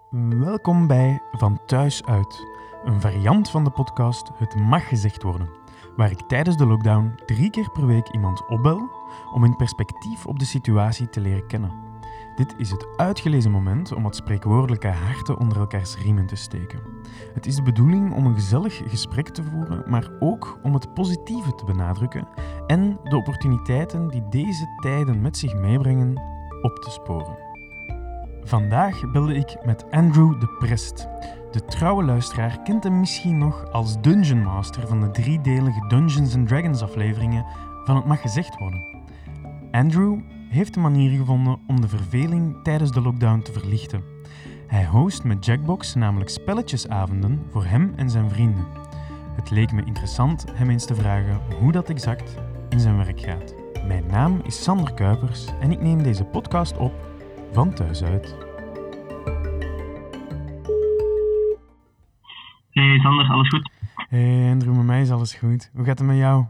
Welkom bij Van Thuis Uit, een variant van de podcast Het Mag Gezegd Worden, waar ik tijdens de lockdown 3 keer per week iemand opbel om in perspectief op de situatie te leren kennen. Dit is het uitgelezen moment om het spreekwoordelijke harten onder elkaars riemen te steken. Het is de bedoeling om een gezellig gesprek te voeren, maar ook om het positieve te benadrukken en de opportuniteiten die deze tijden met zich meebrengen op te sporen. Vandaag belde ik met Andrew de Prest. De trouwe luisteraar kent hem misschien nog als Dungeon Master van de 3-delige Dungeons & Dragons afleveringen van Het Mag Gezegd Worden. Andrew heeft een manier gevonden om de verveling tijdens de lockdown te verlichten. Hij host met Jackbox namelijk spelletjesavonden voor hem en zijn vrienden. Het leek me interessant hem eens te vragen hoe dat exact in zijn werk gaat. Mijn naam is Sander Kuipers en ik neem deze podcast op van thuis uit. Hey Sander, alles goed? Hey Andrew, met mij is alles goed. Hoe gaat het met jou?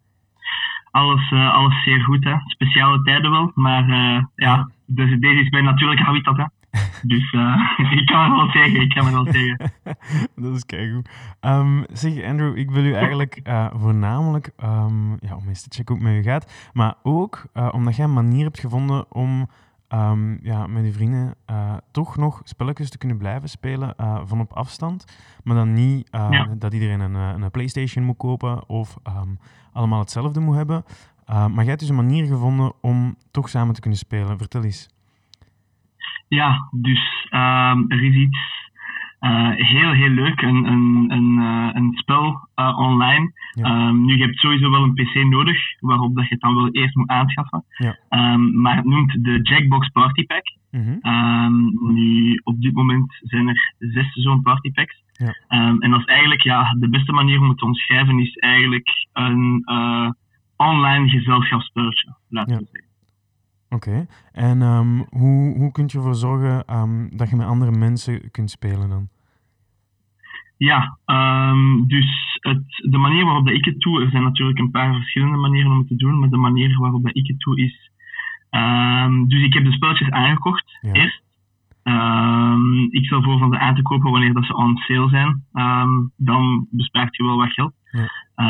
Alles zeer goed, hè. Speciale tijden wel, maar dus deze is mijn natuurlijke habitat, hè. Dus ik kan het wel zeggen. Dat is keigoed. Zeg Andrew, ik wil u eigenlijk voornamelijk om eens te checken hoe het met u gaat, maar ook omdat jij een manier hebt gevonden om met je vrienden toch nog spelletjes te kunnen blijven spelen van op afstand, maar dan niet dat iedereen een PlayStation moet kopen of allemaal hetzelfde moet hebben. Maar jij hebt dus een manier gevonden om toch samen te kunnen spelen. Vertel eens. Ja, dus er is iets heel leuk, een spel online. Ja. Nu, je hebt sowieso wel een PC nodig, waarop dat je het dan wel eerst moet aanschaffen. Ja. Maar het noemt de Jackbox Party Pack. Mm-hmm. Nu, op dit moment zijn er 6 zo'n party packs. Ja. En dat is eigenlijk, de beste manier om het te omschrijven is eigenlijk een online gezelschapsspelletje, laten we zeggen. Oké. En hoe kun je ervoor zorgen dat je met andere mensen kunt spelen dan? Ja, dus de manier waarop dat ik het doe, er zijn natuurlijk een paar verschillende manieren om het te doen, maar de manier waarop dat ik het doe is... dus ik heb de spelletjes aangekocht, eerst. Ik stel voor van ze aan te kopen wanneer dat ze on sale zijn. Dan bespaart je wel wat geld. Ja.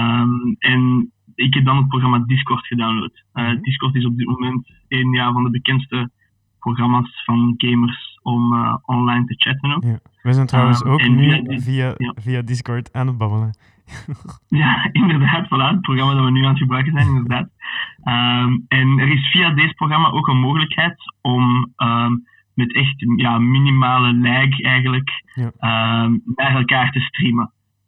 En ik heb dan het programma Discord gedownload. Discord is op dit moment een van de bekendste programma's van gamers om online te chatten ook. Ja. We zijn trouwens ook nu via Discord aan het babbelen. Ja, inderdaad. Voilà, het programma dat we nu aan het gebruiken zijn, inderdaad. En er is via deze programma ook een mogelijkheid om met echt minimale lag eigenlijk naar elkaar te streamen.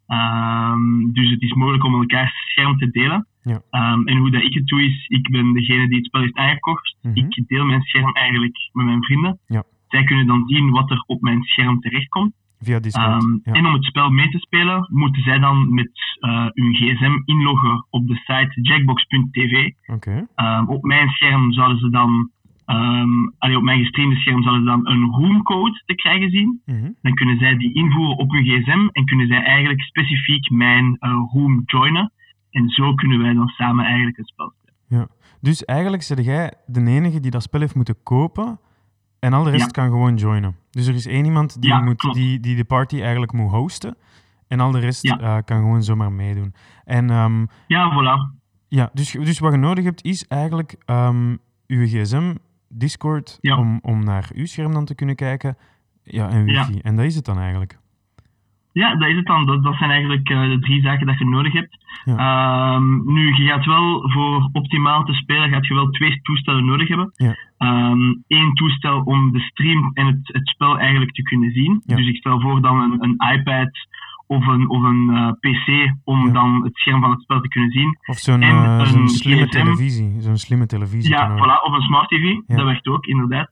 Dus het is mogelijk om elkaars scherm te delen. Ja. En hoe dat ik het doe is, ik ben degene die het spel heeft aangekocht. Mm-hmm. Ik deel mijn scherm eigenlijk met mijn vrienden. Ja. Zij kunnen dan zien wat er op mijn scherm terechtkomt. Via Discord. En om het spel mee te spelen, moeten zij dan met hun gsm inloggen op de site jackbox.tv. Okay. Op mijn scherm zouden ze dan... op mijn gestreamde scherm zouden ze dan een roomcode te krijgen zien. Mm-hmm. Dan kunnen zij die invoeren op hun gsm en kunnen zij eigenlijk specifiek mijn room joinen. En zo kunnen wij dan samen eigenlijk het spel spelen. Ja. Dus eigenlijk zeg jij de enige die dat spel heeft moeten kopen en al de rest kan gewoon joinen. Dus er is één iemand die die de party eigenlijk moet hosten en al de rest kan gewoon zomaar meedoen. En, voilà. Ja, dus wat je nodig hebt is eigenlijk uw gsm, Discord, om naar uw scherm dan te kunnen kijken, en wifi. Ja. En dat is het dan eigenlijk. Ja, dat is het dan. Dat zijn eigenlijk de 3 zaken dat je nodig hebt. Ja. Nu, je gaat wel voor optimaal te spelen, gaat je wel 2 toestellen nodig hebben. Ja. 1 toestel om de stream en het spel eigenlijk te kunnen zien. Ja. Dus ik stel voor dan een iPad of een PC om dan het scherm van het spel te kunnen zien. Of zo'n slimme televisie. Zo'n slimme televisie. Ja, voilà, of een smart TV. Ja. Dat werkt ook, inderdaad.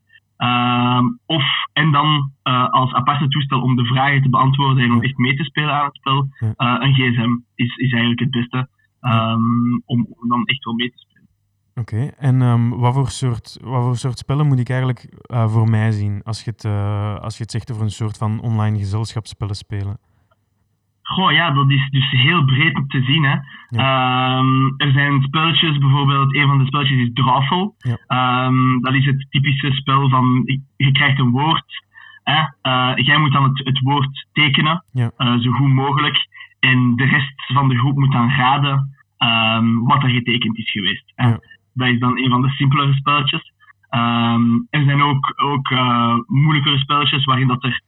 En dan als aparte toestel om de vragen te beantwoorden en om echt mee te spelen aan het spel, een gsm is eigenlijk het beste om dan echt wel mee te spelen. Oké. En wat voor soort spellen moet ik eigenlijk voor mij zien als je het zegt over een soort van online gezelschapsspellen spelen? Goh, ja, dat is dus heel breed te zien, hè. Ja. Er zijn spelletjes, bijvoorbeeld, een van de spelletjes is Drawful. Ja. Dat is het typische spel van, je krijgt een woord Jij moet dan het woord tekenen, zo goed mogelijk. En de rest van de groep moet dan raden wat er getekend is geweest. Ja. Dat is dan een van de simpelere spelletjes. Er zijn ook moeilijkere spelletjes waarin dat er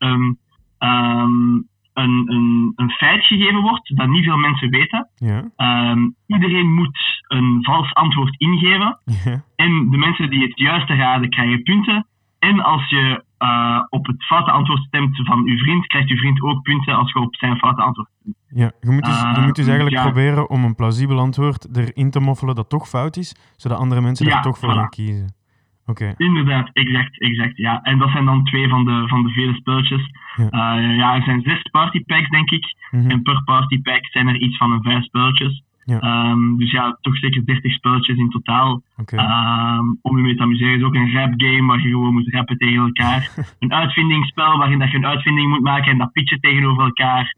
een feit gegeven wordt dat niet veel mensen weten. Ja. Iedereen moet een vals antwoord ingeven. Ja. En de mensen die het juiste raden krijgen punten. En als je op het foute antwoord stemt van uw vriend, krijgt uw vriend ook punten als je op zijn foute antwoord stemt. Ja, je moet dus eigenlijk proberen om een plausibel antwoord erin te moffelen dat toch fout is, zodat andere mensen er toch voor gaan kiezen. Okay. Inderdaad, exact. Ja. En dat zijn dan 2 van de vele spelletjes. Ja. Er zijn 6 partypacks, denk ik. Mm-hmm. En per partypack zijn er iets van een 5 spelletjes. Ja. Dus ja, toch zeker 30 spelletjes in totaal. Okay. Om je mee te amuseren. Er is ook een rap game waar je gewoon moet rappen tegen elkaar. Een uitvindingsspel waarin dat je een uitvinding moet maken en dat pitchen tegenover elkaar.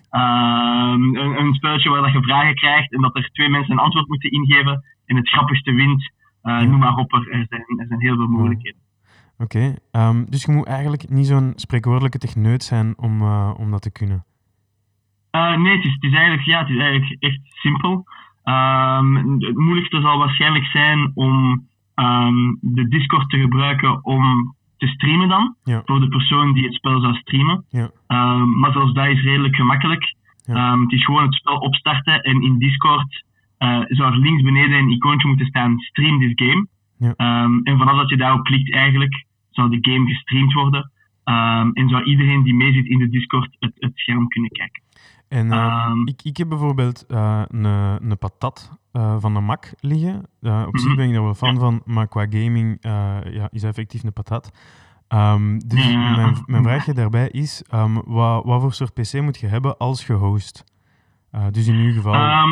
Een spelletje waar dat je vragen krijgt en dat er 2 mensen een antwoord moeten ingeven. En het grappigste wint. Noem maar op, er zijn heel veel mogelijkheden. Oké. Dus je moet eigenlijk niet zo'n spreekwoordelijke techneut zijn om dat te kunnen. Nee, het is eigenlijk echt simpel. Het moeilijkste zal waarschijnlijk zijn om de Discord te gebruiken om te streamen dan. Ja. Voor de persoon die het spel zou streamen. Ja. Maar zelfs dat is redelijk gemakkelijk. Ja. Het is gewoon het spel opstarten en in Discord zou er links beneden een icoontje moeten staan stream this game. Ja. En vanaf dat je daarop klikt eigenlijk, zou de game gestreamd worden. En zou iedereen die mee zit in de Discord het scherm kunnen kijken. En ik heb bijvoorbeeld een patat van de Mac liggen. Op zich ben ik daar wel fan van, maar qua gaming is dat effectief een patat. Dus mijn vraagje daarbij is, wat voor soort PC moet je hebben als je host? Dus in uw geval...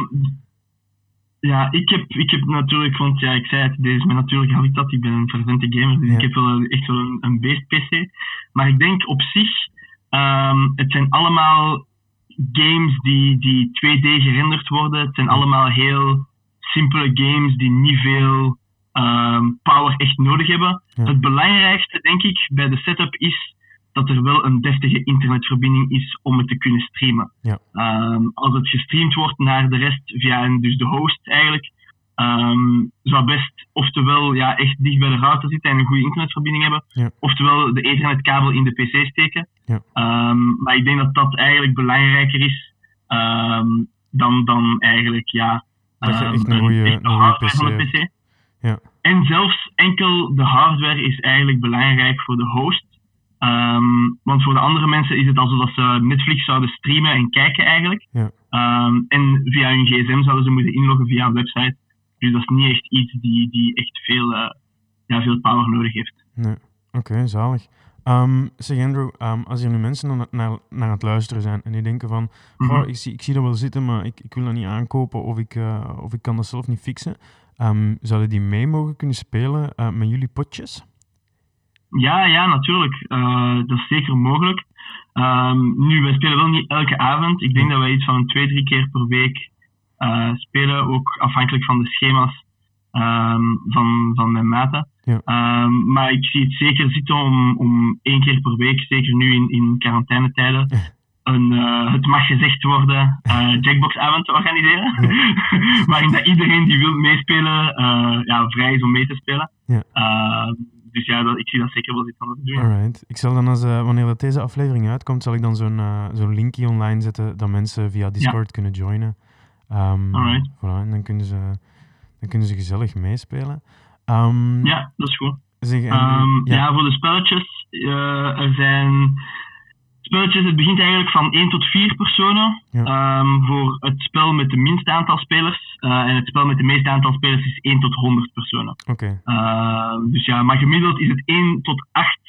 Ja, ik heb natuurlijk, want ja, ik zei het, dit is mijn natuurlijke habitat, ik ben een fervente gamer, dus ik heb wel echt wel een beest-PC. Maar ik denk op zich, het zijn allemaal games die 2D gerenderd worden. Het zijn allemaal heel simpele games die niet veel power echt nodig hebben. Ja. Het belangrijkste, denk ik, bij de setup is dat er wel een deftige internetverbinding is om het te kunnen streamen. Ja. Als het gestreamd wordt naar de rest via dus de host eigenlijk, zou best oftewel echt dicht bij de router zitten en een goede internetverbinding hebben, oftewel de ethernetkabel in de PC steken. Ja. Maar ik denk dat dat eigenlijk belangrijker is dan eigenlijk dat je echt een goede hardware van de PC. Ja. En zelfs enkel de hardware is eigenlijk belangrijk voor de host. Want voor de andere mensen is het alsof ze Netflix zouden streamen en kijken eigenlijk. Ja. En via hun gsm zouden ze moeten inloggen via een website. Dus dat is niet echt iets die echt veel power nodig heeft. Nee. Oké, zalig. Zeg Andrew, als er nu mensen naar het luisteren zijn en die denken van ik zie dat wel zitten, maar ik wil dat niet aankopen of ik kan dat zelf niet fixen. Zouden die mee mogen kunnen spelen met jullie potjes? Ja, natuurlijk. Dat is zeker mogelijk. Nu, wij spelen wel niet elke avond. Ik denk dat wij iets van 2-3 keer per week spelen, ook afhankelijk van de schema's van mijn maten. Ja. Maar ik zie het zeker zitten om 1 keer per week, zeker nu in quarantainetijden, het mag gezegd worden, Jackbox-avond te organiseren. Ja. Waarin dat iedereen die wil meespelen, vrij is om mee te spelen. Ja. Dus ik zie dat zeker wel zitten om dat te doen. Alright. Ik zal dan wanneer dat deze aflevering uitkomt, zal ik dan zo'n linkje online zetten dat mensen via Discord kunnen joinen. Alright. Voilà, en dan kunnen ze gezellig meespelen. Ja, dat is goed. Zeg, voor de spelletjes, er zijn spelletjes, het begint eigenlijk van 1 tot 4 personen. Ja. Voor het spel met de minste aantal spelers. En het spel met de meeste aantal spelers is 1 tot 100 personen. Okay. Dus maar gemiddeld is het 1 tot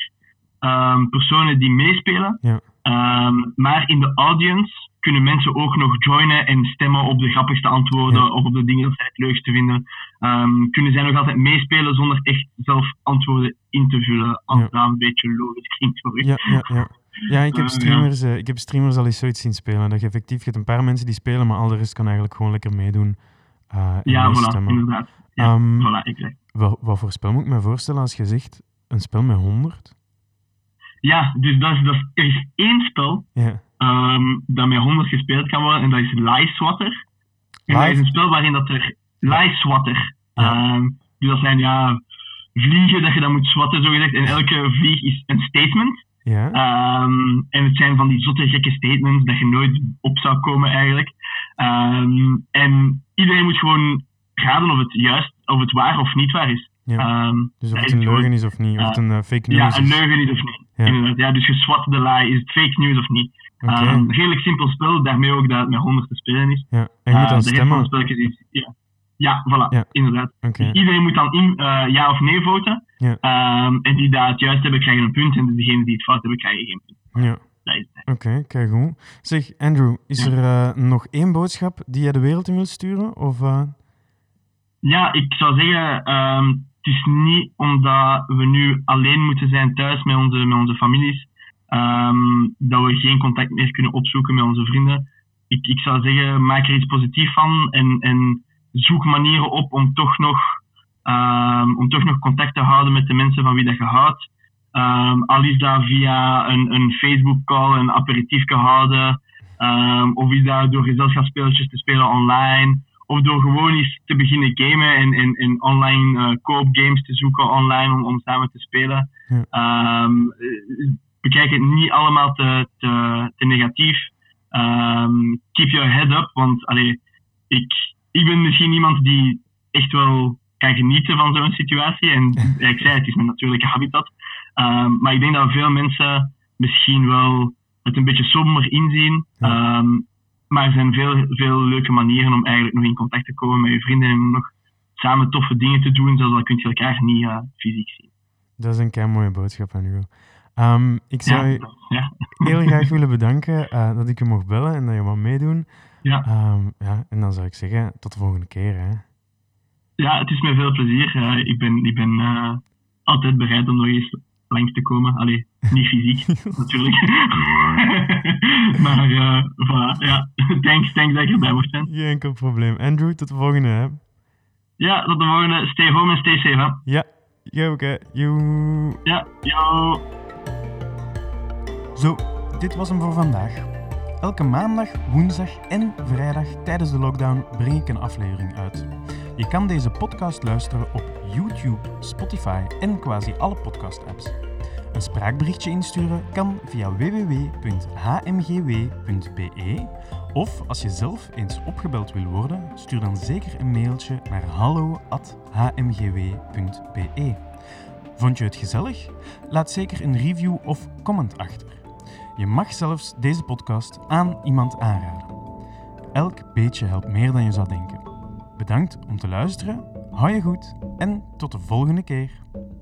8 personen die meespelen. Ja. Maar in de audience kunnen mensen ook nog joinen en stemmen op de grappigste antwoorden of op de dingen dat zij het leukste vinden. Kunnen zij nog altijd meespelen zonder echt zelf antwoorden in te vullen. Als dat een beetje logisch klinkt voor u. Ja, ik heb streamers al eens zoiets zien spelen. Dat je effectief hebt een paar mensen die spelen, maar al de rest kan eigenlijk gewoon lekker meedoen. Voilà, inderdaad. Ja, voilà, exact. Wat voor spel moet ik me voorstellen als je zegt een spel met 100? Ja, dus er is 1 spel dat met 100 gespeeld kan worden en dat is Lieswatter. En dat is een spel waarin dat er Lieswatter. Dus dat zijn vliegen dat je dan moet swatten, zogezegd. En elke vlieg is een statement. Ja. En het zijn van die zotte gekke statements dat je nooit op zou komen eigenlijk. En iedereen moet gewoon raden of het waar of niet waar is. Ja. Dus of het een leugen is of niet, of het een fake news is. Ja, een leugen is of niet. Ja. Inderdaad. Ja, dus je swat de lie, is het fake news of niet. Redelijk simpel spel, daarmee ook dat het met 100 te spelen is. Ja. En je moet dan stemmen. Ja, voilà, inderdaad. Okay. Dus iedereen moet dan ja of nee voten. Ja. En die dat het juist hebben, krijgen een punt. En degenen die het fout hebben, krijgen geen punt. Ja. Oké, kijk goed. Zeg, Andrew, is er nog 1 boodschap die jij de wereld in wilt sturen? Of, Ja, ik zou zeggen, het is niet omdat we nu alleen moeten zijn thuis met onze families, dat we geen contact meer kunnen opzoeken met onze vrienden. Ik zou zeggen, maak er iets positiefs van en zoek manieren op om toch nog contact te houden met de mensen van wie dat je houdt. Al is dat via een Facebook-call, een aperitiefje houden, of is dat door gezelschapsspelletjes te spelen online, of door gewoon eens te beginnen gamen en online co-op games te zoeken online om samen te spelen. Ja. Bekijk het niet allemaal te negatief. Keep your head up, want ik ben misschien iemand die echt wel kan genieten van zo'n situatie. En ik zei, het is mijn natuurlijke habitat. Maar ik denk dat veel mensen misschien wel het een beetje somber inzien. Ja. Maar er zijn veel leuke manieren om eigenlijk nog in contact te komen met je vrienden en nog samen toffe dingen te doen, zelfs al kun je elkaar niet fysiek zien. Dat is een kei mooie boodschap aan u. Ik zou je heel graag willen bedanken dat ik je mocht bellen en dat je mag meedoen. Ja. En dan zou ik zeggen, tot de volgende keer. Hè. Ja, het is met veel plezier. Ik ben altijd bereid om nog eens langs te komen. Allee, niet fysiek, natuurlijk. Maar voilà, ja. Thanks dat ik erbij mocht zijn. Geen enkel probleem. Andrew, tot de volgende, hè. Ja, tot de volgende. Stay home en stay safe, hè. Ja, jij ook, hè. Joe. Ja, yo. Zo, dit was hem voor vandaag. Elke maandag, woensdag en vrijdag tijdens de lockdown breng ik een aflevering uit. Je kan deze podcast luisteren op YouTube, Spotify en quasi alle podcast-apps. Een spraakberichtje insturen kan via www.hmgw.be of als je zelf eens opgebeld wil worden, stuur dan zeker een mailtje naar hallo@hmgw.be. Vond je het gezellig? Laat zeker een review of comment achter. Je mag zelfs deze podcast aan iemand aanraden. Elk beetje helpt meer dan je zou denken. Bedankt om te luisteren, hou je goed en tot de volgende keer.